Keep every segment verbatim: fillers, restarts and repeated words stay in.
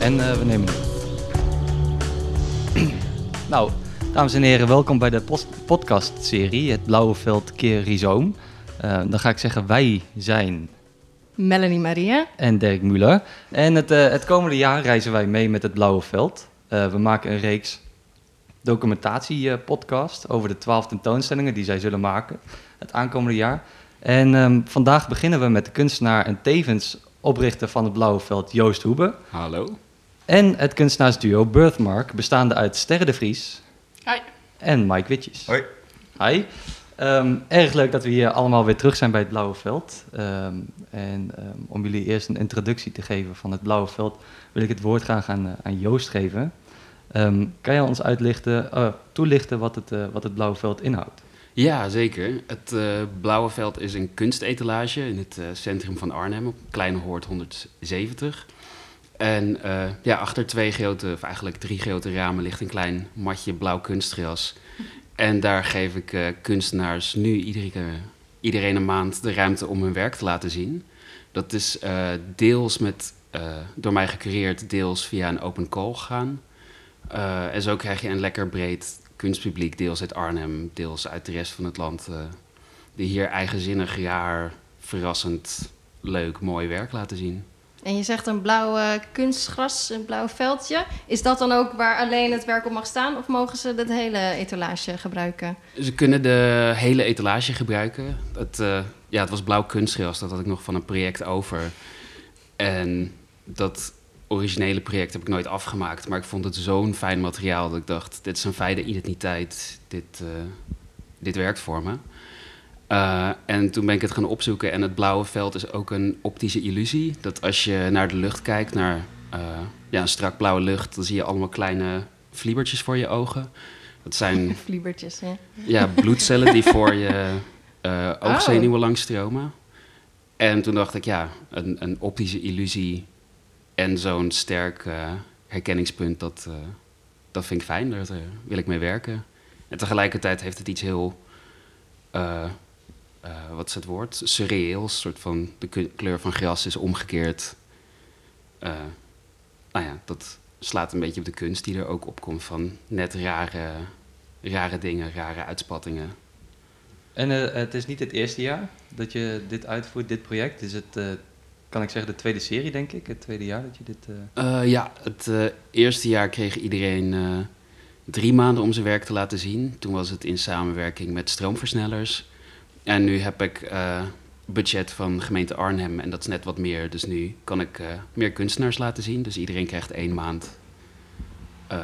En uh, we nemen het. Nou, dames en heren, welkom bij de post- podcastserie Het Blauwe Veld keer Rhizoom. Uh, dan ga ik zeggen, wij zijn... Melanie Maria. En Dirk Muller. En het, uh, het komende jaar reizen wij mee met Het Blauwe Veld. Uh, we maken een reeks documentatie-podcast over de twaalf tentoonstellingen die zij zullen maken het aankomende jaar. En um, vandaag beginnen we met de kunstenaar en tevens oprichter van Het Blauwe Veld, Joost Hoebe. Hallo. En het kunstenaarsduo Birthmark, bestaande uit Sterre de Vries. Hoi. En Mike Witjes. Hoi. Hi. Um, erg leuk dat we hier allemaal weer terug zijn bij Het Blauwe Veld. Um, en um, om jullie eerst een introductie te geven van Het Blauwe Veld, wil ik het woord graag aan, uh, aan Joost geven. Um, kan je ons uitlichten, uh, toelichten wat het, uh, wat het Blauwe Veld inhoudt? Ja, zeker. Het uh, Blauwe Veld is een kunstetalage in het uh, centrum van Arnhem, op Kleine Hoort honderdzeventig. En uh, ja, achter twee grote, of eigenlijk drie grote ramen ligt een klein matje blauw kunstgras. En daar geef ik uh, kunstenaars nu iedere, iedereen een maand de ruimte om hun werk te laten zien. Dat is uh, deels met, uh, door mij gecureerd, deels via een open call gegaan. Uh, en zo krijg je een lekker breed kunstpubliek, deels uit Arnhem, deels uit de rest van het land, uh, die hier eigenzinnig, raar, verrassend, leuk, mooi werk laten zien. En je zegt een blauw uh, kunstgras, een blauw veldje. Is dat dan ook waar alleen het werk op mag staan? Of mogen ze het hele etalage gebruiken? Ze kunnen de hele etalage gebruiken. Het, uh, ja, het was blauw kunstgras, dat had ik nog van een project over. En dat originele project heb ik nooit afgemaakt. Maar ik vond het zo'n fijn materiaal dat ik dacht, dit is een fijne identiteit. Dit, uh, dit werkt voor me. Uh, en toen ben ik het gaan opzoeken. En het blauwe veld is ook een optische illusie. Dat als je naar de lucht kijkt, naar uh, ja, een strak blauwe lucht, dan zie je allemaal kleine vliebertjes voor je ogen. Dat zijn vliebertjes, hè? Ja, bloedcellen die voor je uh, oogzenuwen oh. langs stromen. En toen dacht ik, ja, een, een optische illusie en zo'n sterk uh, herkenningspunt, dat, uh, dat vind ik fijn. Daar uh, wil ik mee werken. En tegelijkertijd heeft het iets heel... Uh, Uh, wat is het woord? Surreëels, een soort van de k- kleur van gras is omgekeerd. Uh, nou ja, dat slaat een beetje op de kunst die er ook opkomt van net rare, rare dingen, rare uitspattingen. En uh, het is niet het eerste jaar dat je dit uitvoert, dit project. Is het, uh, kan ik zeggen, de tweede serie, denk ik? Het tweede jaar dat je dit... Uh... Uh, ja, het uh, eerste jaar kreeg iedereen uh, drie maanden om zijn werk te laten zien. Toen was het in samenwerking met stroomversnellers. En nu heb ik uh, budget van gemeente Arnhem en dat is net wat meer. Dus nu kan ik uh, meer kunstenaars laten zien. Dus iedereen krijgt één maand. Uh,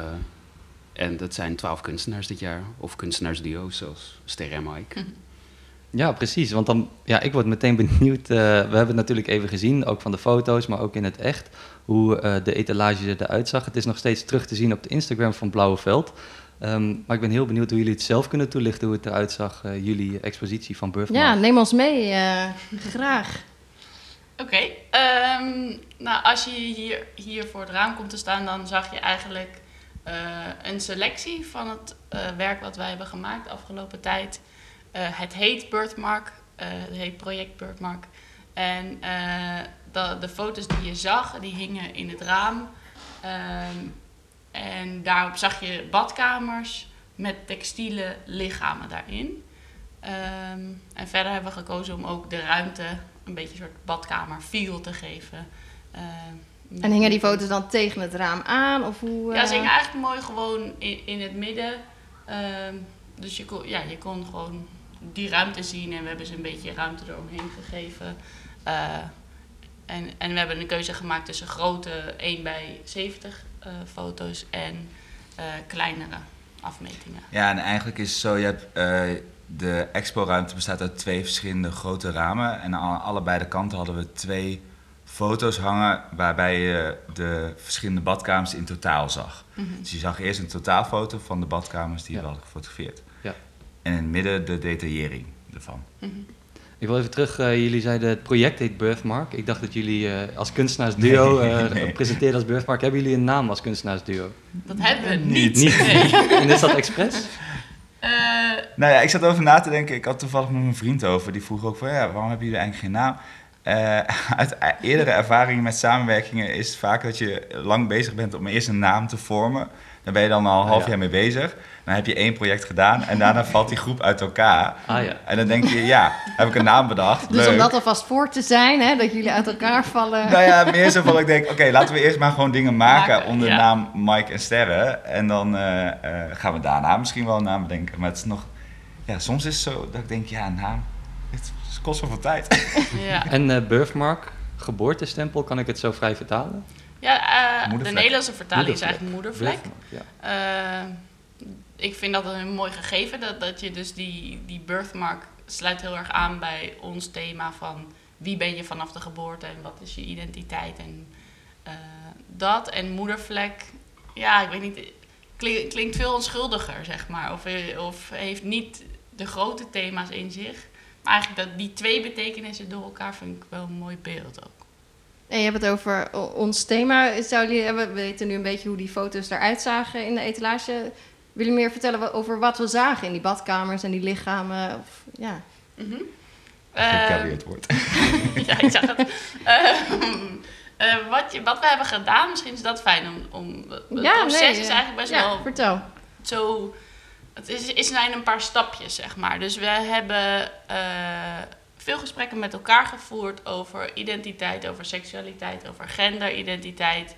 en dat zijn twaalf kunstenaars dit jaar. Of kunstenaarsduo's zoals Sterre en Mike. Ja, precies. Want dan, ja, ik word meteen benieuwd. Uh, we hebben het natuurlijk even gezien, ook van de foto's, maar ook in het echt. Hoe uh, de etalage eruit zag. Het is nog steeds terug te zien op de Instagram van Blauwe Veld. Um, maar ik ben heel benieuwd hoe jullie het zelf kunnen toelichten, hoe het eruit zag, uh, jullie expositie van Birthmark. Ja, neem ons mee, uh, graag. Oké, okay, um, nou als je hier, hier voor het raam komt te staan, dan zag je eigenlijk uh, een selectie van het uh, werk wat wij hebben gemaakt de afgelopen tijd. Uh, het heet Birthmark, uh, het heet Project Birthmark. En uh, de, de foto's die je zag, die hingen in het raam. Um, En daarop zag je badkamers met textiele lichamen daarin. Um, en verder hebben we gekozen om ook de ruimte een beetje een soort badkamer-feel te geven. Uh, en hingen die foto's dan tegen het raam aan? Of hoe, uh... Ja, ze hingen eigenlijk mooi gewoon in, in het midden. Um, dus je kon, ja, je kon gewoon die ruimte zien en we hebben ze een beetje ruimte eromheen gegeven. Uh, en, en we hebben een keuze gemaakt tussen grote één bij zeventig Uh, foto's en uh, kleinere afmetingen. Ja, en eigenlijk is het zo, je hebt, uh, de expo-ruimte bestaat uit twee verschillende grote ramen. En aan allebei de kanten hadden we twee foto's hangen waarbij je de verschillende badkamers in totaal zag. Mm-hmm. Dus je zag eerst een totaalfoto van de badkamers die ja. we hadden gefotografeerd. Ja. En in het midden de detaillering ervan. Mm-hmm. Ik wil even terug, uh, jullie zeiden het project heet Birthmark. Ik dacht dat jullie uh, als kunstenaarsduo uh, nee, nee. presenteerden als Birthmark. Hebben jullie een naam als kunstenaarsduo? Dat hebben we niet. Niet? Nee. En is dat expres? Uh, nou ja, ik zat over na te denken. Ik had toevallig met mijn vriend over. Die vroeg ook van, ja, waarom hebben jullie eigenlijk geen naam? Uh, uit eerdere ervaringen met samenwerkingen is het vaak dat je lang bezig bent om eerst een naam te vormen. Daar ben je dan al een half ah, ja. jaar mee bezig. Dan heb je één project gedaan en daarna valt die groep uit elkaar. Ah, ja. En dan denk je, ja, heb ik een naam bedacht. Dus leuk. om dat alvast voor te zijn, hè, dat jullie uit elkaar vallen. Nou ja, meer zo van ik denk, oké, okay, laten we eerst maar gewoon dingen maken, maken onder ja. de naam Mike en Sterre. En dan uh, uh, gaan we daarna misschien wel een naam bedenken. Maar het is nog, ja, soms is het zo dat ik denk, ja, een naam, het kost zoveel tijd. Ja. En uh, birthmark, geboortestempel, kan ik het zo vrij vertalen? Ja, uh, de Nederlandse vertaling is eigenlijk moedervlek. Ja. Uh, ik vind dat een mooi gegeven, dat, dat je dus die, die birthmark sluit heel erg aan bij ons thema van wie ben je vanaf de geboorte en wat is je identiteit en uh, dat. En moedervlek, ja, ik weet niet, klink, klinkt veel onschuldiger, zeg maar. Of, of heeft niet de grote thema's in zich. Maar eigenlijk dat die twee betekenissen door elkaar vind ik wel een mooi beeld ook. En je hebt het over ons thema. Zou jullie, we weten nu een beetje hoe die foto's eruit zagen in de etalage. Wil je meer vertellen over wat we zagen in die badkamers en die lichamen? Of, ja. Mm-hmm. Ik heb uh, het woord. Ja, ik zag het. Uh, uh, wat, je, wat we hebben gedaan, misschien is dat fijn om... om het ja, proces nee, is eigenlijk best ja, wel... vertel. Zo... Het is, is zijn een paar stapjes, zeg maar. Dus we hebben... Uh, veel gesprekken met elkaar gevoerd over identiteit, over seksualiteit, over genderidentiteit.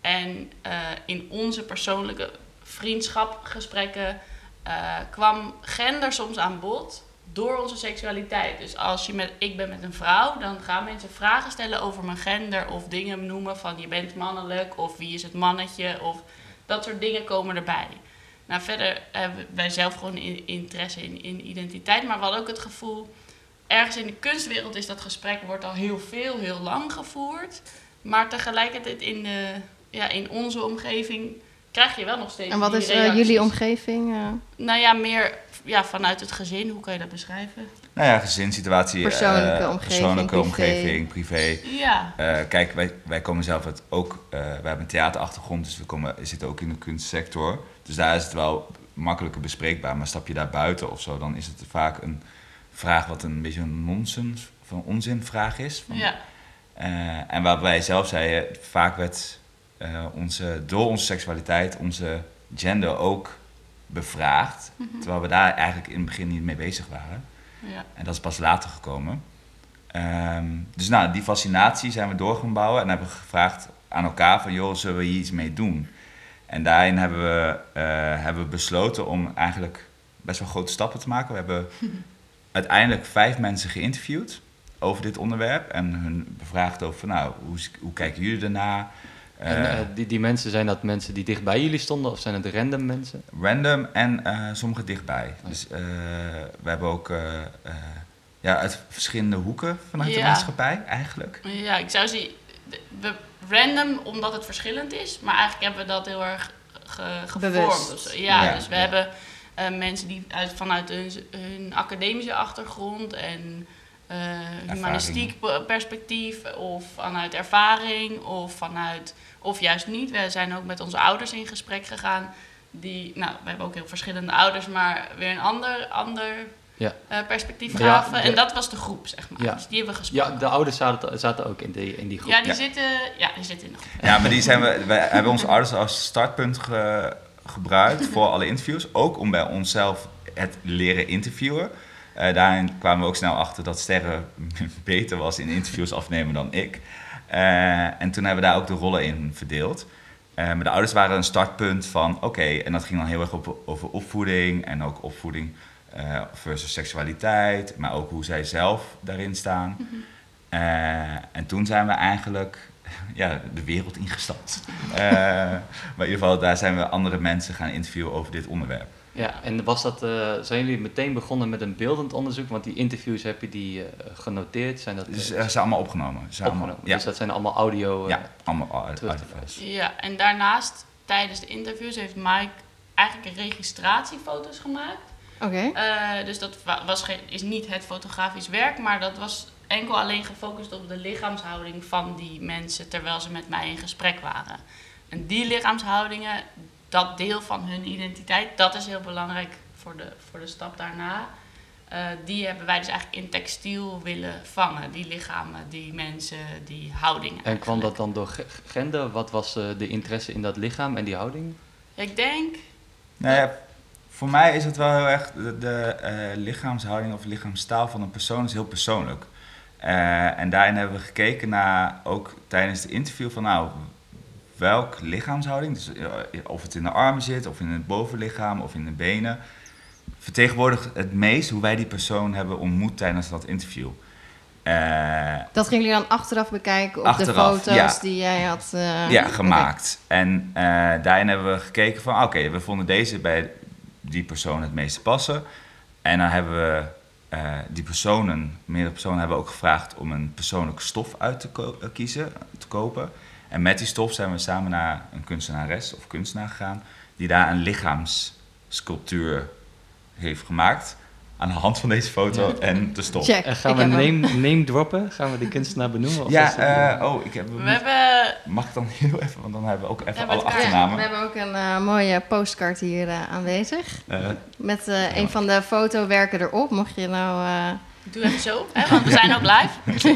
En uh, in onze persoonlijke vriendschapgesprekken uh, kwam gender soms aan bod door onze seksualiteit. Dus als je met, ik ben met een vrouw, dan gaan mensen vragen stellen over mijn gender of dingen noemen van je bent mannelijk of wie is het mannetje of dat soort dingen komen erbij. Nou, verder hebben wij zelf gewoon interesse in, in identiteit, maar we hadden ook het gevoel... Ergens in de kunstwereld is dat gesprek wordt al heel veel, heel lang gevoerd. Maar tegelijkertijd in, de, ja, in onze omgeving krijg je wel nog steeds En wat die is uh, jullie omgeving? Uh... Nou ja, meer ja, vanuit het gezin. Hoe kan je dat beschrijven? Nou ja, gezinssituatie. Persoonlijke uh, omgeving, Persoonlijke privé. omgeving, privé. Ja. Uh, kijk, wij, wij komen zelf uit ook... Uh, wij hebben een theaterachtergrond, dus we komen, zitten ook in de kunstsector. Dus daar is het wel makkelijker bespreekbaar. Maar stap je daar buiten of zo, dan is het vaak een... vraag wat een beetje een nonsens, van onzinvraag is. Van, ja. uh, en waar wij zelf zeiden, vaak werd uh, onze, door onze seksualiteit onze gender ook bevraagd. Mm-hmm. Terwijl we daar eigenlijk in het begin niet mee bezig waren. Ja. En dat is pas later gekomen. Um, dus nou, die fascinatie zijn we door gaan bouwen en hebben we gevraagd aan elkaar van, joh, zullen we hier iets mee doen? En daarin hebben we, uh, hebben we besloten om eigenlijk best wel grote stappen te maken. We hebben uiteindelijk vijf mensen geïnterviewd over dit onderwerp en hun bevraagd over, nou, hoe, hoe kijken jullie ernaar? Uh, en uh, die, die mensen, zijn dat mensen die dicht bij jullie stonden of zijn het random mensen? Random en uh, sommige dichtbij. Oh. Dus uh, we hebben ook uh, uh, ja, uit verschillende hoeken vanuit ja. de maatschappij eigenlijk. Ja, ik zou zien, we, random omdat het verschillend is, maar eigenlijk hebben we dat heel erg ge, gevormd. Dus, ja, ja, dus we ja. hebben uh, mensen die uit, vanuit hun, hun academische achtergrond en uh, humanistiek perspectief of vanuit ervaring of vanuit, of juist niet. We zijn ook met onze ouders in gesprek gegaan. Die, nou, we hebben ook heel verschillende ouders, maar weer een ander, ander ja. uh, perspectief ja, gaven. De, en dat was de groep, zeg maar. Ja. Dus die hebben we gesproken. Ja, de ouders zaten, zaten ook in die, in die groep. Ja, die, ja. Zitten, ja, die zitten in de groep. Ja, maar die zijn we, we hebben onze ouders als startpunt ge, gebruikt voor alle interviews. Ook om bij onszelf het leren interviewen. Uh, daarin kwamen we ook snel achter dat Sterre beter was in interviews afnemen dan ik. Uh, en toen hebben we daar ook de rollen in verdeeld. Uh, maar de ouders waren een startpunt van oké, okay, en dat ging dan heel erg op, over opvoeding en ook opvoeding uh, versus seksualiteit, maar ook hoe zij zelf daarin staan. Mm-hmm. Uh, en toen zijn we eigenlijk ja, de wereld ingestapt. Uh, maar in ieder geval, daar zijn we andere mensen gaan interviewen over dit onderwerp. Ja, en was dat, uh, zijn jullie meteen begonnen met een beeldend onderzoek? Want die interviews heb je die uh, genoteerd? Zijn dat, uh, dus, uh, ze zijn allemaal opgenomen. Ze zijn opgenomen. Allemaal, ja. Dus dat zijn allemaal audio? Uh, ja, allemaal audiofiles. Ja, en daarnaast, tijdens de interviews, heeft Mike eigenlijk registratiefoto's gemaakt. Oké. Okay. Uh, dus dat was geen, is niet het fotografisch werk, maar dat was enkel alleen gefocust op de lichaamshouding van die mensen terwijl ze met mij in gesprek waren. En die lichaamshoudingen, dat deel van hun identiteit, dat is heel belangrijk voor de, voor de stap daarna. Uh, die hebben wij dus eigenlijk in textiel willen vangen. Die lichamen, die mensen, die houdingen. En kwam dat dan door ge- gender? Wat was uh, de interesse in dat lichaam en die houding? Ik denk... Nou ja, voor mij is het wel heel erg... De, de uh, lichaamshouding of lichaamstaal van een persoon is heel persoonlijk. Uh, en daarin hebben we gekeken naar, ook tijdens het interview, van nou, welk lichaamshouding, dus uh, of het in de armen zit, of in het bovenlichaam, of in de benen, vertegenwoordigt het meest hoe wij die persoon hebben ontmoet tijdens dat interview. Uh, dat gingen jullie dan achteraf bekijken op achteraf, de foto's ja. die jij had uh, ja, gemaakt. Okay. En uh, daarin hebben we gekeken van, oké, okay, we vonden deze bij die persoon het meeste passen. En dan hebben we uh, die personen, meerdere personen hebben we ook gevraagd om een persoonlijke stof uit te ko- kiezen, te kopen. En met die stof zijn we samen naar een kunstenares of kunstenaar gegaan, die daar een lichaamssculptuur heeft gemaakt aan de hand van deze foto ja. en de stof. Check. En gaan we name, name droppen? Gaan we die kunstenaar benoemen? Of ja, is uh, oh, ik heb... We moet, hebben... Mag ik dan heel even, want dan hebben we ook even hebben alle achternamen. Ja, we hebben ook een uh, mooie postcard hier uh, aanwezig. Uh, Met uh, een van de fotowerken erop, mocht je nou... Uh... Doe even zo, hè, want we zijn ook live.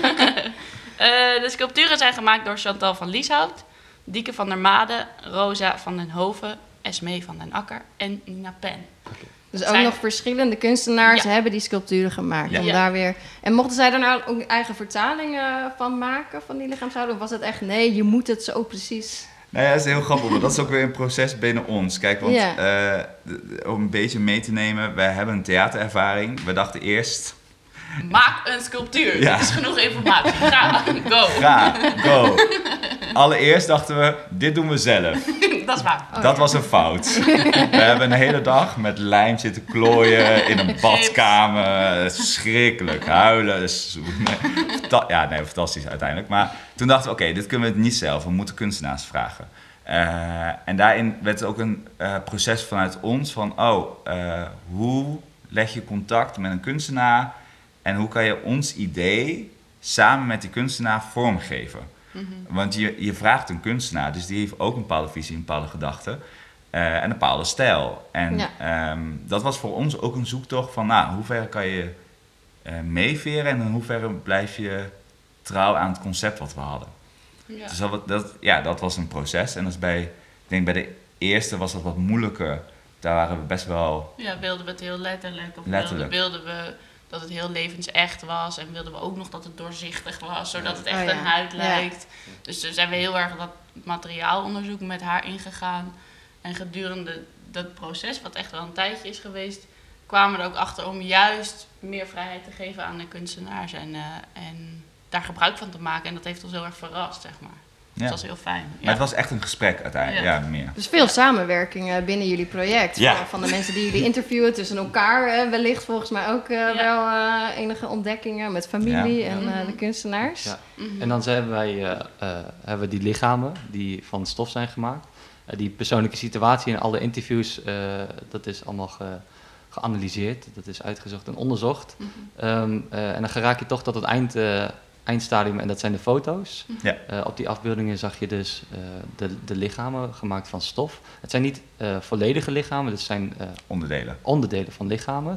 uh, de sculpturen zijn gemaakt door Chantal van Lieshout, Dieke van der Made, Rosa van den Hoven, Esmee van den Akker en Nina Pen. Okay. Dus ook zijn... nog verschillende kunstenaars ja. hebben die sculpturen gemaakt. Ja. Om ja. daar weer... En mochten zij daar nou ook eigen vertalingen van maken, van die lichaamshouding? Of was het echt, nee, je moet het zo precies... Nou ja, dat is heel grappig, maar dat is ook weer een proces binnen ons. Kijk, want ja. uh, om een beetje mee te nemen, wij hebben een theaterervaring. We dachten eerst... Maak een sculptuur, ja. Dit is genoeg informatie. Ga, go. Ga, go. Allereerst dachten we, dit doen we zelf. Dat is waar. Oh, dat ja. was een fout. We hebben een hele dag met lijm zitten klooien in een badkamer. Verschrikkelijk, huilen. Dus, nee, ja, nee, fantastisch uiteindelijk. Maar toen dachten we, oké, okay, dit kunnen we het niet zelf. We moeten kunstenaars vragen. Uh, en daarin werd ook een uh, proces vanuit ons van, oh, uh, hoe leg je contact met een kunstenaar en hoe kan je ons idee samen met die kunstenaar vormgeven? Mm-hmm. Want je, je vraagt een kunstenaar, dus die heeft ook een bepaalde visie, een bepaalde gedachte uh, en een bepaalde stijl. En ja. um, dat was voor ons ook een zoektocht van, nou, hoe ver kan je uh, meeveren en in hoeverre blijf je trouw aan het concept wat we hadden. Ja. Dus dat, dat, ja, dat was een proces. En dat is bij, ik denk bij de eerste was dat wat moeilijker. Daar waren we best wel... Ja, wilden we het heel letterlijk. Of letterlijk. Wilden, wilden we dat het heel levensecht was. En wilden we ook nog dat het doorzichtig was. Zodat het echt oh, ja. een huid lijkt. Ja. Dus daar zijn we heel erg dat materiaalonderzoek met haar ingegaan. En gedurende dat proces, wat echt wel een tijdje is geweest, kwamen we er ook achter om juist meer vrijheid te geven aan de kunstenaars. En, uh, en daar gebruik van te maken. En dat heeft ons heel erg verrast, zeg maar. Dus ja. dat was heel fijn. Ja. Maar het was echt een gesprek uiteindelijk, ja, ja meer. Dus veel samenwerking binnen jullie project. Ja. Van, van de mensen die jullie interviewen tussen elkaar. Wellicht volgens mij ook uh, ja. wel uh, enige ontdekkingen met familie ja. en uh, de kunstenaars. Ja. Mm-hmm. En dan hebben wij uh, uh, hebben we die lichamen die van stof zijn gemaakt. Uh, die persoonlijke situatie in alle interviews, uh, dat is allemaal ge, geanalyseerd. Dat is uitgezocht en onderzocht. Mm-hmm. Um, uh, en dan geraak je toch tot het eind... Uh, eindstadium en dat zijn de foto's. Ja. Uh, op die afbeeldingen zag je dus uh, de, de lichamen gemaakt van stof. Het zijn niet uh, volledige lichamen, het zijn uh, onderdelen. onderdelen van lichamen.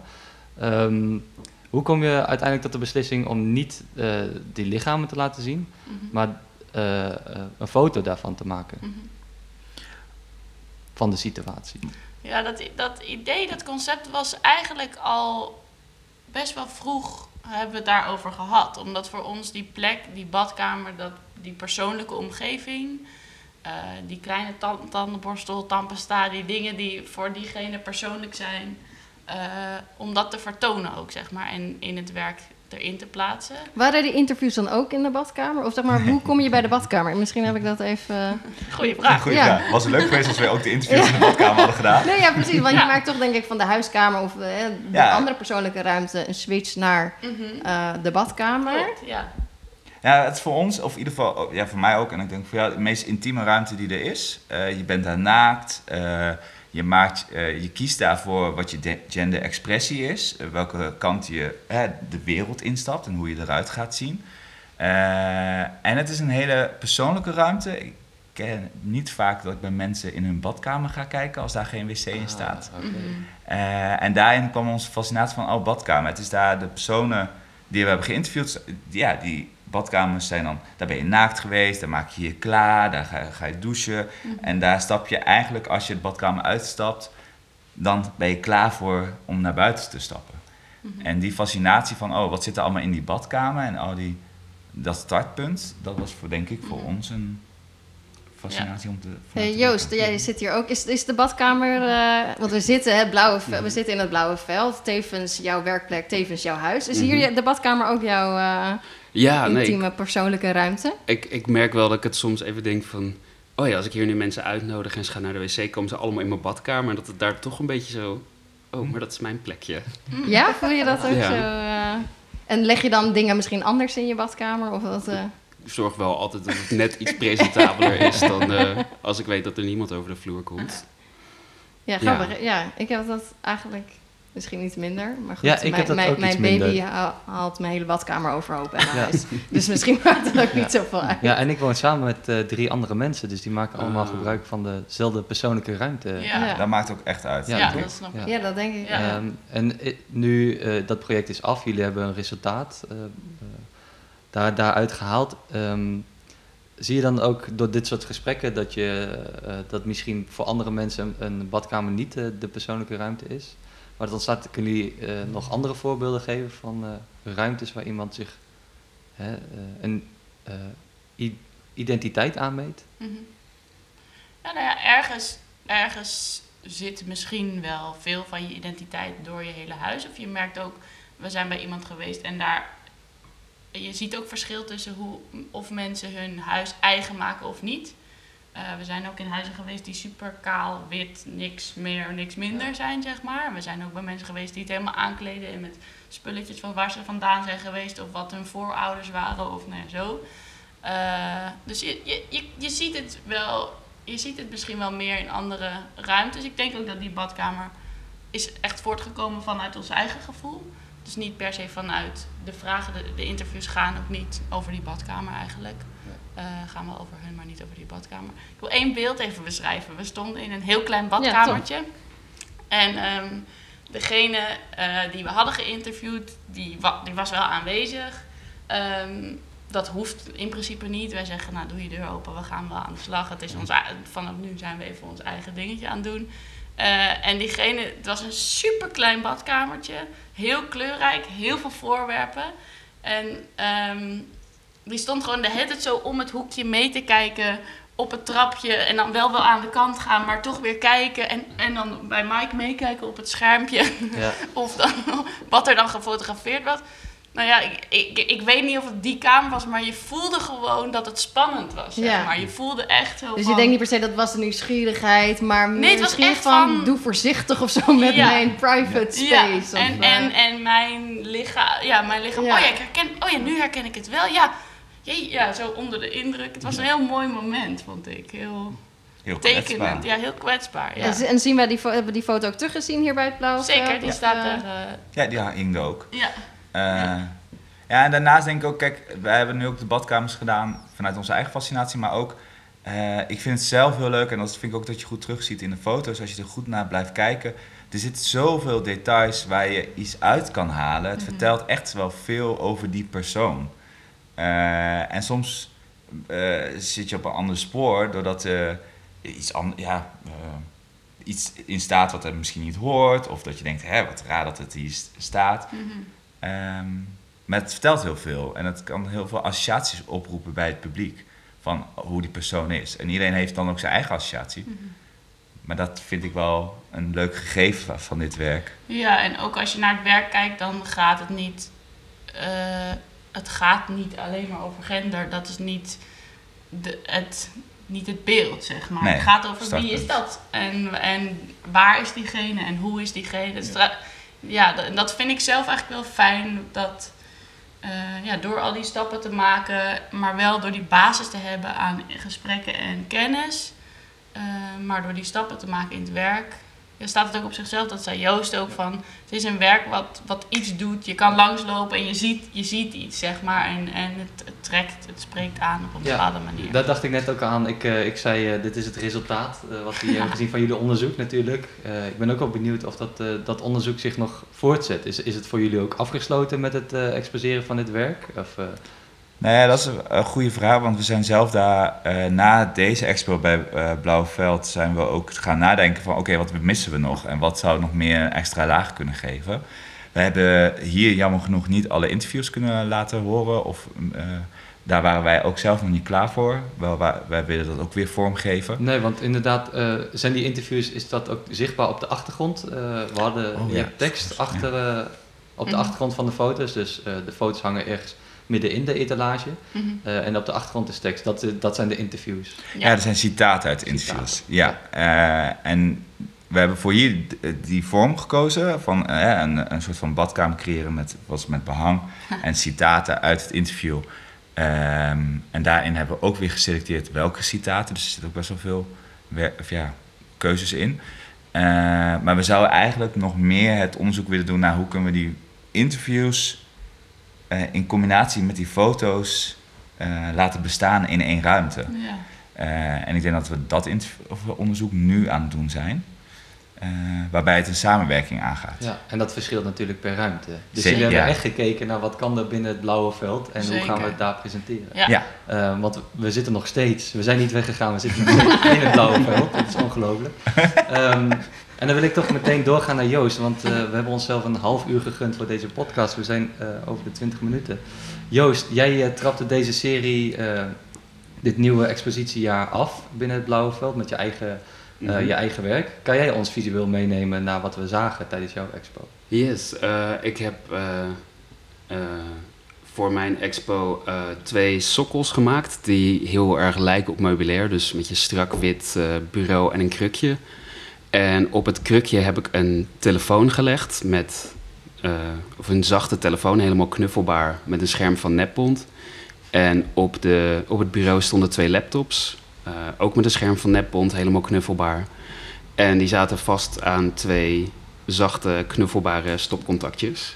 Um, hoe kom je uiteindelijk tot de beslissing om niet uh, die lichamen te laten zien, mm-hmm. maar uh, uh, een foto daarvan te maken? Mm-hmm. Van de situatie. Ja, dat, dat idee, dat concept was eigenlijk al best wel vroeg hebben we het daarover gehad. Omdat voor ons die plek, die badkamer, dat, die persoonlijke omgeving, uh, die kleine tand, tandenborstel, tandpasta, die dingen die voor diegene persoonlijk zijn, uh, om dat te vertonen ook, zeg maar, en in het werk erin te plaatsen. Waren die interviews dan ook in de badkamer? Of zeg maar, hoe kom je bij de badkamer? Misschien heb ik dat even... Uh... Goeie vraag. Goeie ja. vraag. Was het leuk geweest als we ook de interviews in de badkamer hadden gedaan? Nee, ja, precies. Want ja. je maakt toch denk ik van de huiskamer of uh, de ja. andere persoonlijke ruimte een switch naar mm-hmm. uh, de badkamer. Klopt, ja. Ja, het is voor ons, of in ieder geval, ja, voor mij ook, en ik denk voor jou, de meest intieme ruimte die er is. Uh, je bent daar naakt. Uh, Je, maakt, uh, je kiest daarvoor wat je de- genderexpressie is, uh, welke kant je uh, de wereld instapt en hoe je eruit gaat zien. Uh, en het is een hele persoonlijke ruimte. Ik, ken niet vaak dat ik bij mensen in hun badkamer ga kijken als daar geen wc in staat. Ah, okay. Mm-hmm. Uh, en daarin kwam onze fascinatie van, oh, badkamer. Het is daar de personen die we hebben geïnterviewd, ja, die badkamers zijn dan, daar ben je naakt geweest, daar maak je je klaar, daar ga, ga je douchen. Mm-hmm. En daar stap je eigenlijk, als je de badkamer uitstapt, dan ben je klaar voor om naar buiten te stappen. Mm-hmm. En die fascinatie van, oh, wat zit er allemaal in die badkamer en al die, dat startpunt, dat was voor, denk ik, voor mm-hmm. ons een fascinatie ja. om te... Hey, Joost, te jij zit hier ook. Is, is de badkamer... Uh, want we zitten, het blauwe veld, we zitten in het blauwe veld. Tevens jouw werkplek, tevens jouw huis. Is hier mm-hmm. de badkamer ook jouw uh, ja, intieme nee, persoonlijke ruimte? Ik, ik merk wel dat ik het soms even denk van... Oh ja, als ik hier nu mensen uitnodig en ze gaan naar de wc... komen ze allemaal in mijn badkamer. En dat het daar toch een beetje zo... Oh, maar dat is mijn plekje. Ja, voel je dat ook ja. zo? Uh, en leg je dan dingen misschien anders in je badkamer? Of dat... Uh... Ik zorg wel altijd dat het net iets presentabeler is dan uh, als ik weet dat er niemand over de vloer komt. Ja, grappig. Ja, ja ik heb dat eigenlijk misschien iets minder. Maar goed, ja, ik mijn, heb dat mijn, ook mijn iets baby minder. haalt mijn hele badkamer overhoop en ja. is. Dus misschien maakt het ook ja. niet zoveel uit. Ja, en ik woon samen met uh, drie andere mensen. Dus die maken allemaal uh. gebruik van dezelfde persoonlijke ruimte. Ja. Ja. Dat maakt ook echt uit. Ja, Ja, dat snap ik. Ja. Ja, dat denk ik. Ja. Um, en uh, nu uh, dat project is af, jullie hebben een resultaat uh, uh, daar, daaruit gehaald. Um, zie je dan ook door dit soort gesprekken dat, je, uh, dat misschien voor andere mensen een, een badkamer niet uh, de persoonlijke ruimte is? Maar dan staat, kunnen jullie uh, nog andere voorbeelden geven van uh, ruimtes waar iemand zich hè, uh, een uh, i- identiteit aanmeet? Mm-hmm. Ja, nou ja, ergens, ergens zit misschien wel veel van je identiteit door je hele huis. Of je merkt ook, we zijn bij iemand geweest en daar... Je ziet ook verschil tussen hoe, of mensen hun huis eigen maken of niet. Uh, we zijn ook in huizen geweest die super kaal, wit, niks meer, niks minder zijn, zeg maar. We zijn ook bij mensen geweest die het helemaal aankleden en met spulletjes van waar ze vandaan zijn geweest of wat hun voorouders waren of nou ja, zo. Uh, dus je, je, je, je ziet het wel, je ziet het misschien wel meer in andere ruimtes. Ik denk ook dat die badkamer is echt voortgekomen vanuit ons eigen gevoel. Dus niet per se vanuit de vragen, de, de interviews gaan ook niet over die badkamer eigenlijk. Uh, gaan wel over hun, maar niet over die badkamer. Ik wil één beeld even beschrijven. We stonden in een heel klein badkamertje. Ja, en um, degene uh, die we hadden geïnterviewd, die, wa- die was wel aanwezig. Um, dat hoeft in principe niet. Wij zeggen, nou doe je deur open, we gaan wel aan de slag. Het is ons, vanaf nu zijn we even ons eigen dingetje aan het doen. Uh, en diegene, het was een super klein badkamertje. Heel kleurrijk, heel veel voorwerpen. En um, die stond gewoon de hele tijd zo om het hoekje mee te kijken op het trapje. En dan wel wel aan de kant gaan, maar toch weer kijken. En, en dan bij Mike meekijken op het schermpje. Ja. Of dan, wat er dan gefotografeerd was. Nou ja, ik, ik, ik weet niet of het die kamer was, maar je voelde gewoon dat het spannend was. Zeg ja. maar. Je voelde echt zo. Dus van, je denkt niet per se dat was de nieuwsgierigheid, maar nee, het misschien was echt van, van doe voorzichtig of zo met ja. mijn private ja. space. Ja. En, of, en, en mijn lichaam, ja, mijn lichaam. Ja. Oh ja, ik herken, oh ja, nu herken ik het wel. Ja, ja, zo onder de indruk. Het was een heel mooi moment, vond ik. Heel. Heel tekenend, kwetsbaar. ja, heel kwetsbaar. Ja. En, en zien wij die, fo- hebben we die foto ook teruggezien hier bij het Blauwe Veld? Zeker, die of, staat uh, er. Uh, Ja, die hing er ook. Ja. Uh, ja. ja, en daarnaast denk ik ook, kijk, wij hebben nu ook de badkamers gedaan vanuit onze eigen fascinatie, maar ook, uh, ik vind het zelf heel leuk en dat vind ik ook dat je goed terugziet in de foto's, als je er goed naar blijft kijken. Er zitten zoveel details waar je iets uit kan halen. Het mm-hmm. vertelt echt wel veel over die persoon. Uh, en soms uh, zit je op een ander spoor doordat uh, iets, an- ja, uh, iets in staat wat er misschien niet hoort. Of dat je denkt, hè, wat raar dat het hier staat. Mm-hmm. Um, maar het vertelt heel veel. En het kan heel veel associaties oproepen bij het publiek. Van hoe die persoon is. En iedereen heeft dan ook zijn eigen associatie. Mm-hmm. Maar dat vind ik wel een leuk gegeven van dit werk. Ja, en ook als je naar het werk kijkt, dan gaat het niet... Uh, het gaat niet alleen maar over gender. Dat is niet, de, het, niet het beeld, zeg maar. Nee, het gaat over startpunt. Wie is dat? En, en waar is diegene? En hoe is diegene? Dus ja, ja dat, dat vind ik zelf eigenlijk wel fijn. Dat uh, ja, door al die stappen te maken, maar wel door die basis te hebben aan gesprekken en kennis. Uh, maar door die stappen te maken in het werk, staat het ook op zichzelf. Dat zei Joost ook van, het is een werk wat, wat iets doet. Je kan langslopen en je ziet, je ziet iets, zeg maar. En, en het, het trekt, het spreekt aan op een Ja, bepaalde manier. Dat dacht ik net ook aan. Ik, uh, ik zei, uh, dit is het resultaat, uh, wat we hier hebben gezien van jullie onderzoek natuurlijk. Uh, ik ben ook wel benieuwd of dat, uh, dat onderzoek zich nog voortzet. Is, is het voor jullie ook afgesloten met het uh, exposeren van dit werk? Of, uh... Nou ja, dat is een goede vraag, want we zijn zelf daar uh, na deze expo bij uh, Blauwe Veld zijn we ook gaan nadenken van oké, okay, wat missen we nog en wat zou nog meer extra laag kunnen geven. We hebben hier jammer genoeg niet alle interviews kunnen laten horen of uh, daar waren wij ook zelf nog niet klaar voor. Wel, wij, wij willen dat ook weer vormgeven. Nee, want inderdaad, uh, zijn die interviews, is dat ook zichtbaar op de achtergrond? Uh, we hadden oh, hier ja. tekst achter, uh, op de Mm-hmm. achtergrond van de foto's, dus uh, de foto's hangen ergens midden in de etalage. Mm-hmm. Uh, en op de achtergrond is tekst. Dat, dat zijn de interviews. Ja, er zijn citaten uit de interviews. Ja. Uh, en we hebben voor hier die vorm gekozen van uh, een, een soort van badkamer creëren met, was met behang en citaten uit het interview. Um, en daarin hebben we ook weer geselecteerd welke citaten. Dus er zitten ook best wel veel wer- of ja, keuzes in. Uh, maar we zouden eigenlijk nog meer het onderzoek willen doen naar hoe kunnen we die interviews Uh, in combinatie met die foto's uh, laten bestaan in één ruimte. Ja. Uh, en ik denk dat we dat interv- of onderzoek nu aan het doen zijn. Uh, waarbij het een samenwerking aangaat. Ja, en dat verschilt natuurlijk per ruimte. Dus Zeker, jullie hebben ja. echt gekeken naar wat kan er binnen het blauwe veld en Zeker. hoe gaan we het daar presenteren. Ja. Ja. Uh, want we zitten nog steeds, we zijn niet weggegaan, we zitten nog steeds in het blauwe veld. Dat is ongelooflijk. Um, en dan wil ik toch meteen doorgaan naar Joost, want uh, we hebben onszelf een half uur gegund voor deze podcast. We zijn uh, over de twintig minuten. Joost, jij uh, trapte deze serie, uh, dit nieuwe expositiejaar af binnen het blauwe veld met je eigen, uh, mm-hmm. je eigen werk. Kan jij ons visueel meenemen naar wat we zagen tijdens jouw expo? Yes, uh, ik heb uh, uh, voor mijn expo uh, twee sokkels gemaakt die heel erg lijken op meubilair. Dus met je strak wit uh, bureau en een krukje. En op het krukje heb ik een telefoon gelegd met, uh, of een zachte telefoon, helemaal knuffelbaar, met een scherm van Nepbond. En op, de, op het bureau stonden twee laptops, uh, ook met een scherm van Nepbond, helemaal knuffelbaar. En die zaten vast aan twee zachte knuffelbare stopcontactjes.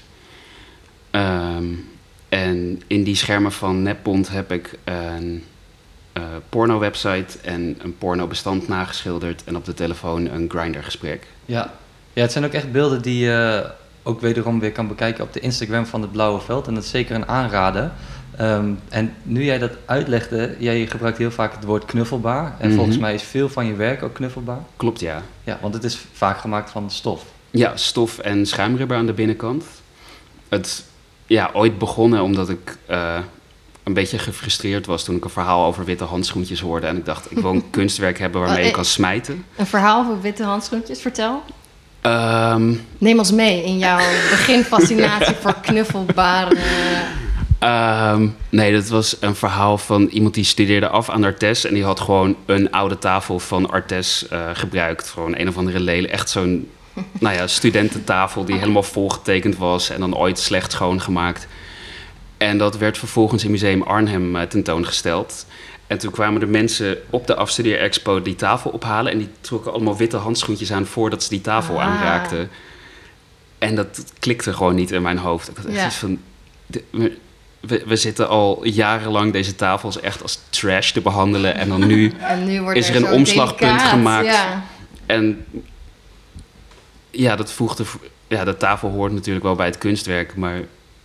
Um, en in die schermen van Nepbond heb ik een uh, porno-website en een porno-bestand nageschilderd. En op de telefoon een Grindr-gesprek. Ja. ja, het zijn ook echt beelden die je uh, ook wederom weer kan bekijken op de Instagram van het Blauwe Veld. En dat is zeker een aanrader. Um, en nu jij dat uitlegde, jij gebruikt heel vaak het woord knuffelbaar. En mm-hmm. volgens mij is veel van je werk ook knuffelbaar. Klopt, ja. Ja, want het is vaak gemaakt van stof. Ja, stof en schuimrubber aan de binnenkant. Het ja, ooit begonnen omdat ik uh, een beetje gefrustreerd was toen ik een verhaal over witte handschoentjes hoorde. En ik dacht, ik wil een kunstwerk hebben waarmee ik kan smijten. Een verhaal over witte handschoentjes, vertel. Um, Neem ons mee in jouw beginfascinatie voor knuffelbare... Um, nee, dat was een verhaal van iemand die studeerde af aan Artes. En die had gewoon een oude tafel van Artes uh, gebruikt. Gewoon een of andere lelijk, echt zo'n nou ja, studententafel die helemaal volgetekend was. En dan ooit slecht schoongemaakt. En dat werd vervolgens in Museum Arnhem uh, tentoongesteld. En toen kwamen de mensen op de afstudeerexpo die tafel ophalen. En die trokken allemaal witte handschoentjes aan voordat ze die tafel ah. aanraakten. En dat klikte gewoon niet in mijn hoofd. Ik had echt ja. iets van... De, we, we zitten al jarenlang deze tafels echt als trash te behandelen. En dan nu, en nu wordt is er er een omslagpunt delicaat, gemaakt. Ja. En ja, dat voegde... Ja, de tafel hoort natuurlijk wel bij het kunstwerk. Maar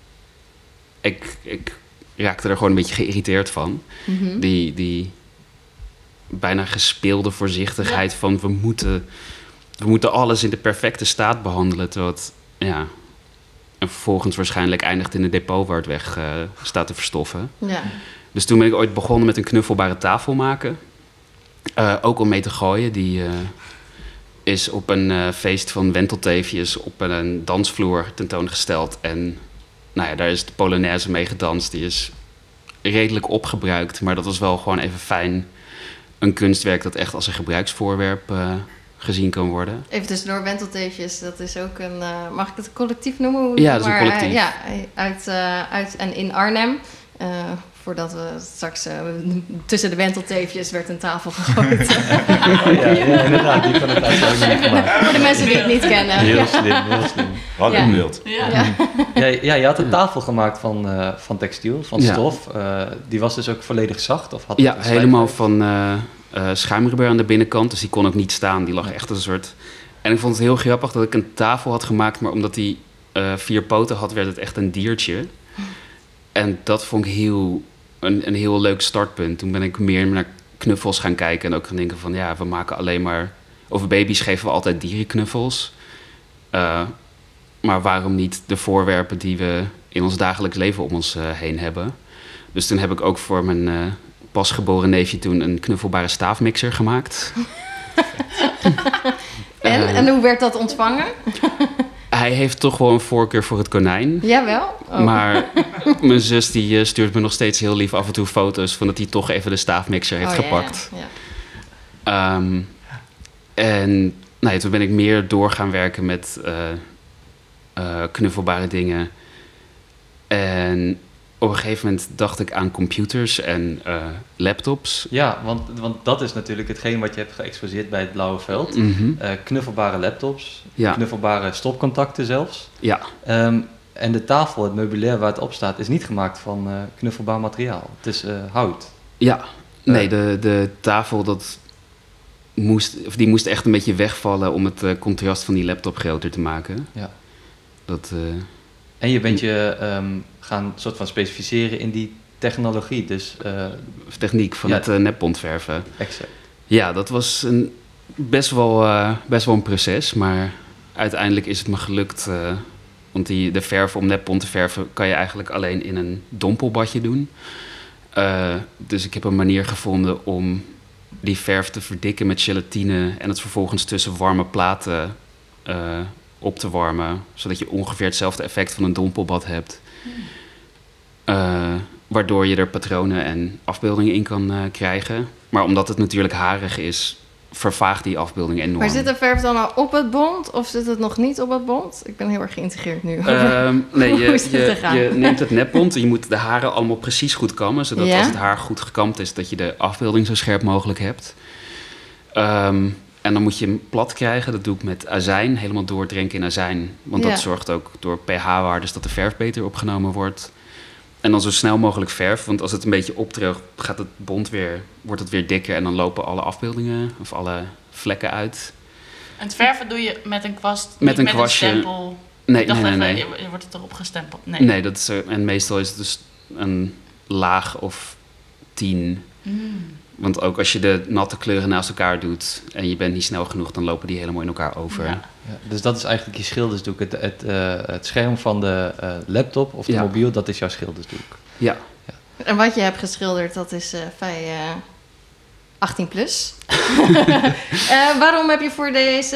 ik, ik raakte er gewoon een beetje geïrriteerd van. Mm-hmm. Die, die bijna gespeelde voorzichtigheid ja. van... We moeten, we moeten alles in de perfecte staat behandelen. Terwijl het... Ja, en vervolgens waarschijnlijk eindigt in een depot waar het weg uh, staat te verstoffen. Ja. Dus toen ben ik ooit begonnen met een knuffelbare tafel maken. Uh, ook om mee te gooien. Die uh, is op een uh, feest van Wentelteefjes op een dansvloer tentoongesteld. En nou ja, daar is de Polonaise mee gedanst. Die is redelijk opgebruikt. Maar dat was wel gewoon even fijn. Een kunstwerk dat echt als een gebruiksvoorwerp... Uh, gezien kan worden. Even tussendoor, Wentelteefjes, dat is ook een... Uh, mag ik het collectief noemen? Hoe ja, dat is maar, een collectief. Uh, ja, uit, uh, uit en in Arnhem. Uh, Voordat we straks uh, tussen de wentelteefjes werd een tafel gegooid. ja, ja, inderdaad, die van het uitzending niet gemaakt. Voor de mensen die het niet kennen. Heel ja. slim, heel slim. Wat Ja. een beeld. Ja. Ja. Ja, ja, je had een tafel gemaakt van, uh, van textiel, van Ja. stof. Uh, die was dus ook volledig zacht? Of had Ja, het een helemaal slijpwerk? van uh, uh, schuimrubber aan de binnenkant. Dus die kon ook niet staan. Die lag echt als een soort... En ik vond het heel grappig dat ik een tafel had gemaakt... maar omdat die uh, vier poten had, werd het echt een diertje. En dat vond ik heel, een, een heel leuk startpunt. Toen ben ik meer naar knuffels gaan kijken... en ook gaan denken van... ja, we maken alleen maar... over baby's geven we altijd dierenknuffels. Uh, maar waarom niet de voorwerpen die we in ons dagelijks leven om ons uh, heen hebben? Dus toen heb ik ook voor mijn uh, pasgeboren neefje toen een knuffelbare staafmixer gemaakt. En, Uh, en hoe werd dat ontvangen? Hij heeft toch wel een voorkeur voor het konijn. Jawel. Oh. Maar mijn zus die uh, stuurt me nog steeds heel lief af en toe foto's... van dat hij toch even de staafmixer heeft Oh, ja, gepakt. Ja, ja. Um, en nou ja, toen ben ik meer door gaan werken met uh, uh, knuffelbare dingen. En op een gegeven moment dacht ik aan computers en uh, laptops. Ja, want, want dat is natuurlijk hetgeen wat je hebt geëxposeerd bij het Blauwe Veld. Mm-hmm. Uh, knuffelbare laptops, Ja. knuffelbare stopcontacten zelfs. Ja, Um, en de tafel, het meubilair waar het op staat, is niet gemaakt van uh, knuffelbaar materiaal. Het is uh, hout. ja. Nee, de, de tafel dat moest, of die moest echt een beetje wegvallen... om het uh, contrast van die laptop groter te maken. Ja. Dat, uh, En je bent je um, gaan soort van specificeren in die technologie. Dus uh, techniek van Ja. het uh, neppontverven. exact. Ja, dat was een, best, wel, uh, best wel een proces, maar uiteindelijk is het me gelukt. Uh, want die, de verf om neppont te verven kan je eigenlijk alleen in een dompelbadje doen. Uh, dus ik heb een manier gevonden om die verf te verdikken met gelatine... en het vervolgens tussen warme platen uh, op te warmen... zodat je ongeveer hetzelfde effect van een dompelbad hebt. Uh, waardoor je er patronen en afbeeldingen in kan uh, krijgen. Maar omdat het natuurlijk harig is, vervaagt die afbeelding enorm. Maar zit de verf dan al op het bont of zit het nog niet op het bont? Ik ben heel erg geïntegreerd nu. Um, nee, Hoe je, is het je, gegaan? je neemt het nepbont en je moet de haren allemaal precies goed kammen. Zodat Ja? als het haar goed gekamd is, dat je de afbeelding zo scherp mogelijk hebt. Um, en dan moet je hem plat krijgen. Dat doe ik met azijn, helemaal doordrenken in azijn. Want Ja. dat zorgt ook door pH-waardes dat de verf beter opgenomen wordt. En dan zo snel mogelijk verf, want als het een beetje opdroogt, gaat het bont weer, wordt het weer dikker en dan lopen alle afbeeldingen of alle vlekken uit. En het verven doe je met een kwast, Met niet een met kwastje. een stempel. Nee, Ik dacht nee, nee. even, nee. Je, je wordt het erop gestempeld. Nee. Nee, dat is, er- en meestal is het dus een laag of tien. Mm. Want ook als je de natte kleuren naast elkaar doet en je bent niet snel genoeg, dan lopen die helemaal in elkaar over. Ja. Ja, dus dat is eigenlijk je schildersdoek. Het, het, uh, het scherm van de uh, laptop of de Ja. mobiel, dat is jouw schildersdoek. Ja. En wat je hebt geschilderd, dat is uh, vrij uh, achttien plus. uh, waarom heb je voor deze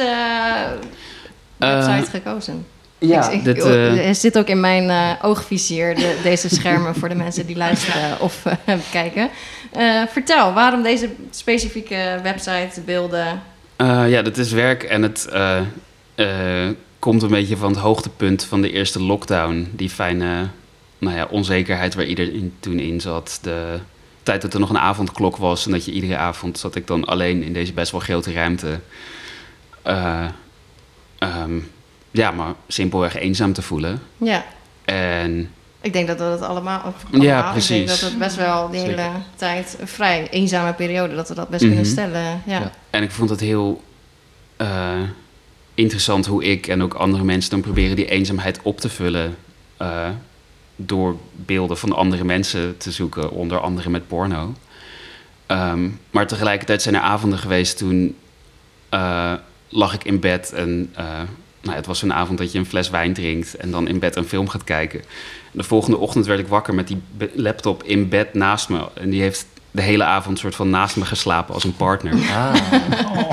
uh, website Uh, gekozen? Ja, ik, ik, dit, oh, uh, er zit ook in mijn uh, oogvizier, de, deze schermen voor de mensen die luisteren of uh, kijken. Uh, vertel, waarom deze specifieke website, beelden? Uh, ja, dat is werk en het uh, uh, komt een beetje van het hoogtepunt van de eerste lockdown. Die fijne nou ja, onzekerheid waar iedereen toen in zat. De tijd dat er nog een avondklok was en dat je iedere avond zat ik dan alleen in deze best wel grote ruimte. Uh, um, ja, maar simpelweg eenzaam te voelen. Ja, En ik denk dat we dat allemaal... Of Ja, allemaal, precies. Ik denk dat het best wel die Zeker. hele tijd, een vrij eenzame periode, dat we dat best Mhm. kunnen stellen. Ja. Ja. En ik vond het heel uh, interessant hoe ik en ook andere mensen dan proberen die eenzaamheid op te vullen. Uh, door beelden van andere mensen te zoeken, onder andere met porno. Um, maar tegelijkertijd zijn er avonden geweest toen uh, lag ik in bed en uh, nou, het was zo'n avond dat je een fles wijn drinkt en dan in bed een film gaat kijken. En de volgende ochtend werd ik wakker met die be- laptop in bed naast me. En die heeft de hele avond soort van naast me geslapen als een partner. Ah, wauw.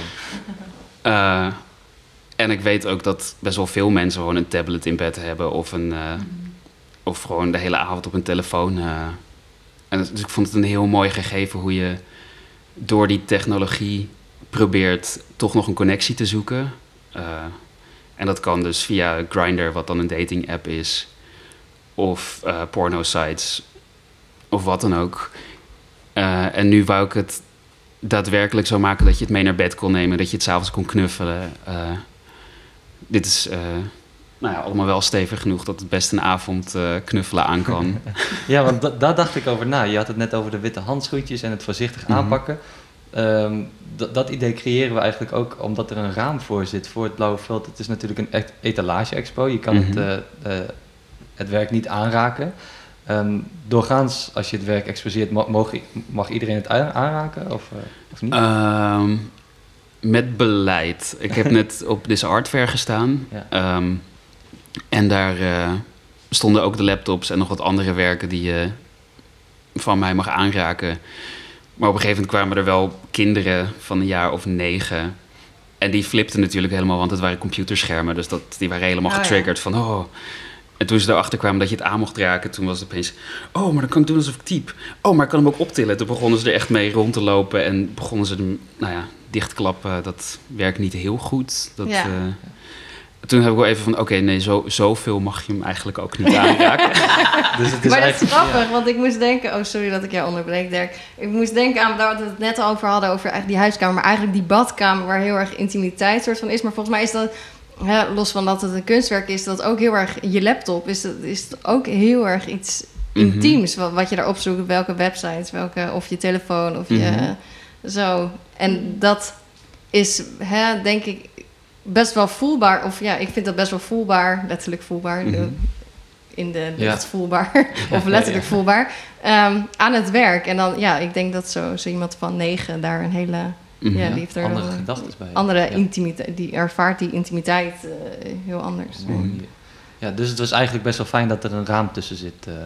Uh, en ik weet ook dat best wel veel mensen gewoon een tablet in bed hebben of, een, uh, of gewoon de hele avond op een telefoon. Uh. En dus ik vond het een heel mooi gegeven hoe je door die technologie probeert toch nog een connectie te zoeken. Uh, en dat kan dus via Grindr, wat dan een dating app is, of uh, porno sites. of wat dan ook. Uh, en nu wou ik het daadwerkelijk zo maken dat je het mee naar bed kon nemen. Dat je het 's avonds kon knuffelen. Uh, dit is uh, nou ja, allemaal wel stevig genoeg dat het best een avond uh, knuffelen aan kan. Ja, want da- daar dacht ik over na. Je had het net over de witte handschoentjes en het voorzichtig Mm-hmm. aanpakken. Um, d- dat idee creëren we eigenlijk ook omdat er een raam voor zit voor het Blauwe Veld. Het is natuurlijk een et- etalage-expo. Je kan Mm-hmm. het, uh, uh, het werk niet aanraken. Um, doorgaans, als je het werk exposeert, mag, mag, mag iedereen het a- aanraken of, uh, of niet? Um, met beleid. Ik heb net op This Art Fair gestaan. Ja. Um, en daar uh, stonden ook de laptops en nog wat andere werken die je van mij mag aanraken. Maar op een gegeven moment kwamen er wel kinderen van een jaar of negen. En die flipten natuurlijk helemaal, want het waren computerschermen. Dus dat, die waren helemaal Oh, ja. getriggerd van... oh. En toen ze erachter kwamen dat je het aan mocht raken, toen was het opeens... oh, maar dan kan ik doen alsof ik typ. Oh, maar ik kan hem ook optillen. Toen begonnen ze er echt mee rond te lopen en begonnen ze hem, nou ja, dichtklappen. Dat werkt niet heel goed. Dat, Ja. uh, toen heb ik wel even van, oké, okay, nee, zo, zoveel mag je hem eigenlijk ook niet aanraken. Dus het is Maar dat is eigenlijk- grappig, ja. want ik moest denken... Oh, sorry dat ik jou onderbreek, Dirk. Ik moest denken aan waar we het net over hadden... over eigenlijk die huiskamer, maar eigenlijk die badkamer... waar heel erg intimiteit soort van is. Maar volgens mij is dat... Hè, los van dat het een kunstwerk is... dat ook heel erg... Je laptop is, dat, is ook heel erg iets Mhm. intiems... wat, wat je daar opzoekt, welke websites... Welke, of je telefoon, of je... Mhm. Zo. En dat is, hè, denk ik... best wel voelbaar... of ja, ik vind dat best wel voelbaar... letterlijk voelbaar... Mhm. in de Ja. lucht voelbaar, of letterlijk voelbaar, um, aan het werk. En dan, ja, ik denk dat zo, zo iemand van negen daar een hele, Mhm. ja, Ja, die heeft er andere een- gedachten bij. andere Ja. intimiteit, die ervaart die intimiteit uh, heel anders. Mhm. Ja, dus het was eigenlijk best wel fijn dat er een raam tussen zit. Uh.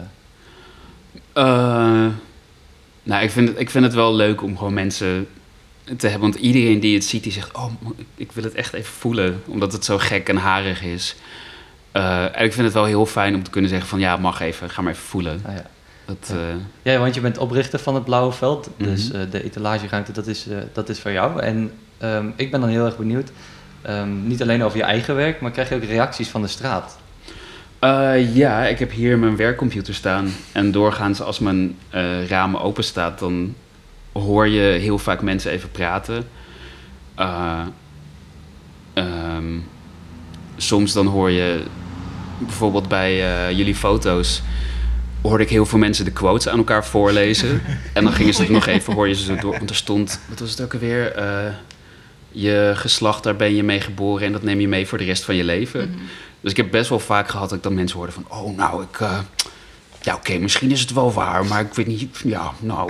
Uh, nou, ik vind, het, ik vind het wel leuk om gewoon mensen te hebben. Want iedereen die het ziet, die zegt... oh, ik wil het echt even voelen. Omdat het zo gek en harig is. Uh, en ik vind het wel heel fijn om te kunnen zeggen van... ja, mag even, ga maar even voelen. Ah, ja. Dat, Ja. uh, Ja, want je bent oprichter van het Blauwe Veld. Mhm. Dus uh, de etalageruimte, dat is, uh, dat is voor jou. En um, ik ben dan heel erg benieuwd. Um, niet alleen over je eigen werk, maar krijg je ook reacties van de straat? Uh, ja, ik heb hier mijn werkcomputer staan. En doorgaans als mijn uh, raam open staat... dan hoor je heel vaak mensen even praten. Uh, um, soms dan hoor je... bijvoorbeeld bij uh, jullie foto's... hoorde ik heel veel mensen de quotes aan elkaar voorlezen. En dan gingen ze het nog even, hoor je ze door. Want er stond, wat was het ook alweer? Uh, je geslacht, daar ben je mee geboren... en dat neem je mee voor de rest van je leven. Mm-hmm. Dus ik heb best wel vaak gehad dat ik dan mensen hoorde van... oh, nou, ik... Uh, ja, oké, okay, misschien is het wel waar, maar ik weet niet... Ja, nou...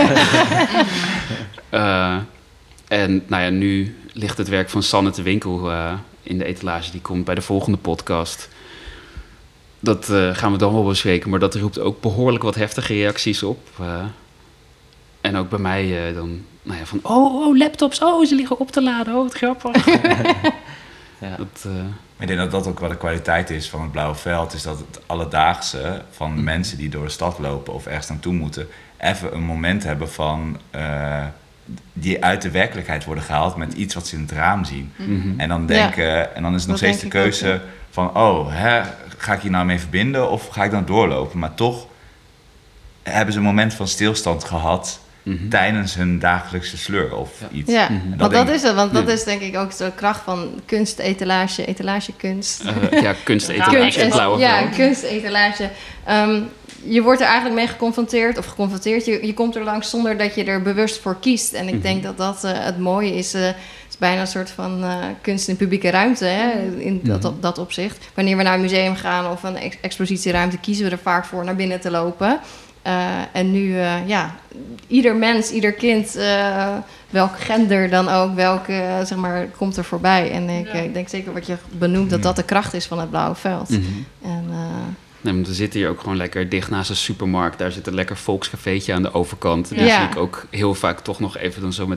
uh, en nou ja, nu ligt het werk van Sanne de Winkel uh, in de etalage. Die komt bij de volgende podcast. Dat uh, gaan we dan wel bespreken, maar dat roept ook behoorlijk wat heftige reacties op. Uh, en ook bij mij uh, dan... Nou ja, van, oh, oh, laptops, oh, ze liggen op te laden, oh, wat grappig. Ja. Dat... Uh, Ik denk dat dat ook wel de kwaliteit is van het Blauwe Veld. Is dat het alledaagse van Mm. mensen die door de stad lopen of ergens naartoe moeten... even een moment hebben van... Uh, die uit de werkelijkheid worden gehaald met iets wat ze in het raam zien. mm-hmm. En dan denken, ja. en dan is het nog Dat steeds de denk ik keuze ook, ja. van... oh, hè, ga ik hier nou mee verbinden of ga ik dan doorlopen? Maar toch hebben ze een moment van stilstand gehad... Mm-hmm. tijdens hun dagelijkse sleur of Ja. iets. Ja, Mhm. want dat denk ik- is het. Want dat Ja. is denk ik ook de kracht van kunstetalage, etalagekunst. Uh, ja, kunstetalage Kunst- en blauwe Ja, veld. kunstetalage. Um, je wordt er eigenlijk mee geconfronteerd, of geconfronteerd. Je, je komt er langs zonder dat je er bewust voor kiest. En ik Mhm. denk dat dat uh, het mooie is. Uh, het is bijna een soort van uh, kunst in publieke ruimte, hè, in dat, Mhm. op, dat opzicht. Wanneer we naar een museum gaan of een ex- expositieruimte... kiezen we er vaak voor naar binnen te lopen... Uh, en nu, uh, ja, ieder mens, ieder kind, uh, welk gender dan ook, welke, uh, zeg maar, komt er voorbij. En ik, Ja. ik denk zeker wat je benoemt, dat dat de kracht is van het Blauwe Veld. Mm-hmm. En, uh, Nee, want we zitten hier ook gewoon lekker dicht naast een supermarkt. Daar zit een lekker volkscafeetje aan de overkant. Ja. Daar Ja. zie ik ook heel vaak toch nog even dan zo met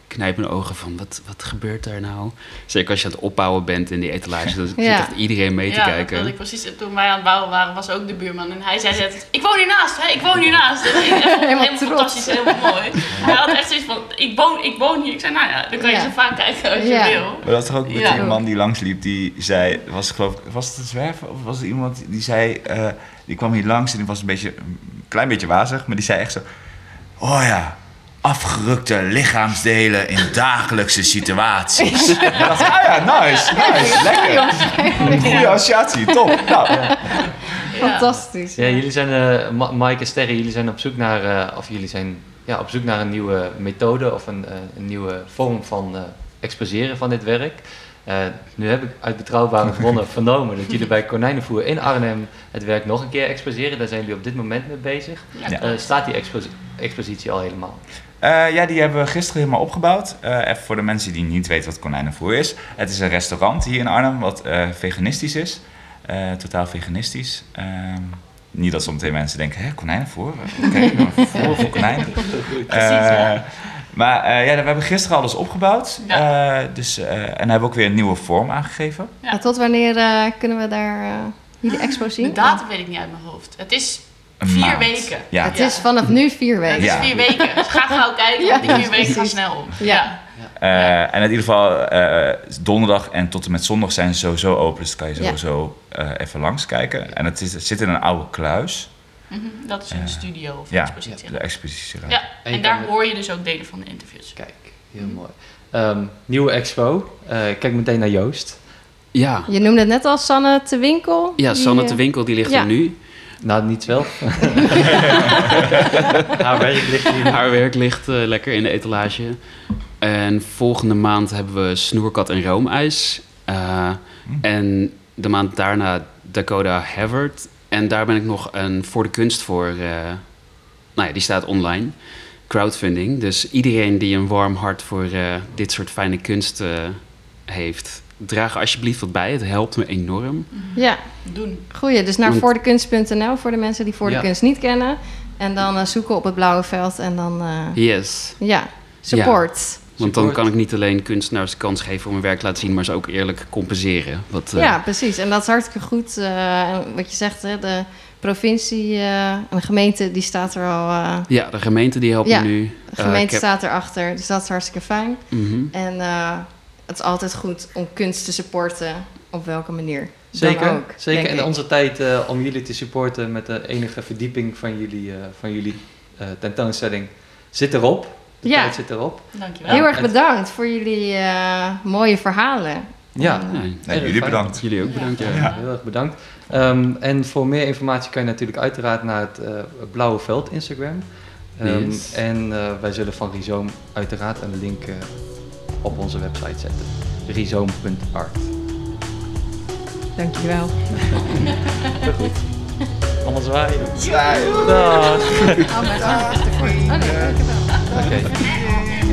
knijp mijn ogen van, wat, wat gebeurt daar nou? Zeker als je aan het opbouwen bent in die etalage. Dan Ja. zit echt iedereen mee te ja, dat kijken. wilde ik precies. Toen wij aan het bouwen waren, was ook de buurman. En hij zei net, ik woon hiernaast, hè? Ik woon hiernaast. En ik echt Helemaal helemaal trots. fantastisch, helemaal mooi. Hij had echt zoiets van, ik woon, ik woon hier. Ik zei, nou ja, dan kan je Ja. zo vaak kijken als je Ja. wil. Maar dat was toch ook met Ja. die man die langsliep, die zei, was, het, geloof ik, was het een zwerver of was het iemand die zei, eh, die kwam hier langs en die was een beetje, een klein beetje wazig, maar die zei echt zo, oh ja, afgerukte lichaamsdelen in dagelijkse situaties. En ik dacht, ah ja, nice, nice, lekker. Goede associatie, top. Nou, Ja. Fantastisch. Ja, jullie zijn, eh, Ma- Mike en Sterre, jullie zijn op zoek naar, eh, of jullie zijn ja, op zoek naar een nieuwe methode of een, eh, een nieuwe vorm van eh, exposeren van dit werk. Eh, nu heb ik uit betrouwbare bronnen vernomen dat jullie bij Konijnenvoer in Arnhem het werk nog een keer exposeren. Daar zijn jullie op dit moment mee bezig. Ja. Eh, staat die expo- expositie al helemaal? Uh, ja, die hebben we gisteren helemaal opgebouwd. Uh, even voor de mensen die niet weten wat Konijnenvoer is. Het is een restaurant hier in Arnhem wat uh, veganistisch is. Uh, totaal veganistisch. Uh, niet dat zometeen mensen denken, hè, konijnenvoer? Oké, okay, voer voor konijnen. Precies, ja. Uh, maar uh, ja, we hebben gisteren alles opgebouwd. Ja. Uh, dus, uh, en hebben we ook weer een nieuwe vorm aangegeven. Ja. En tot wanneer uh, kunnen we daar uh, jullie expo zien? De datum weet ik niet uit mijn hoofd. Het is Een vier maand. weken. Ja. Het is vanaf nu vier Het weken. is Ja. vier weken. Dus ga gauw kijken, Ja, want die vier weken gaan precies. snel op. Ja. Uh, en in ieder geval, uh, donderdag en tot en met zondag zijn ze sowieso open. Dus kan je Ja. sowieso uh, even langs kijken. En het, is, het zit in een oude kluis. Mhm, dat is een Uh, studio of Ja, expositie. de expositieruimte. Ja, En je en daar kan- hoor je dus ook delen van de interviews. Kijk, heel mooi. Um, nieuwe expo. Uh, kijk meteen naar Joost. Ja, Je noemde het net al Sanne te Winkel. ja Die, Sanne uh, de Winkel die ligt ja. er nu. Nou, niet zelf. Haar werk ligt hier. Haar werk ligt uh, lekker in de etalage. En volgende maand hebben we Snoerkat en Roomijs. Uh, Mm. En de maand daarna Dakota Havard. En daar ben ik nog een voor de kunst voor. Uh, nou ja, die staat online. Crowdfunding. Dus iedereen die een warm hart voor uh, dit soort fijne kunst uh, heeft, draag alsjeblieft wat bij. Het helpt me enorm. Ja, Doen. goeie. Dus naar Want- voordekunst punt n l voor de mensen die Voor de Ja. Kunst niet kennen. En dan uh, zoeken op het blauwe veld en dan, uh, Yes. ja, support. Want dan Support. kan ik niet alleen kunstenaars de kans geven om hun werk te laten zien, maar ze ook eerlijk compenseren. Wat, uh, Ja, precies. En dat is hartstikke goed. Uh, en wat je zegt, hè, de provincie uh, en de gemeente, die staat er al... Uh, ja, de gemeente die helpt Ja, me nu. de Uh, gemeente ik heb- staat erachter, dus dat is hartstikke fijn. Mhm. En uh, het is altijd goed om kunst te supporten, op welke manier dan Zeker, ook, zeker. denk En ik. onze tijd uh, om jullie te supporten met de enige verdieping van jullie, uh, van jullie uh, tentoonstelling zit erop. De Ja. tijd zit erop. Dankjewel. Heel erg het- bedankt voor jullie uh, mooie verhalen. Ja, En, uh, Ja, Nee, Erg jullie fijn. bedankt. jullie ook bedankt. Ja. Ja. Heel erg bedankt. Um, en voor meer informatie kan je natuurlijk uiteraard naar het uh, Blauwe Veld Instagram. Um, Yes. En uh, wij zullen van Rhizoom uiteraard een link uh, op onze website zetten. rhizoom punt art. Dankjewel. Heel goed. Allemaal zwaaien. Zwaaien. Dag. Oh, mijn arm is te kort. Oh nee, dankjewel. Oké.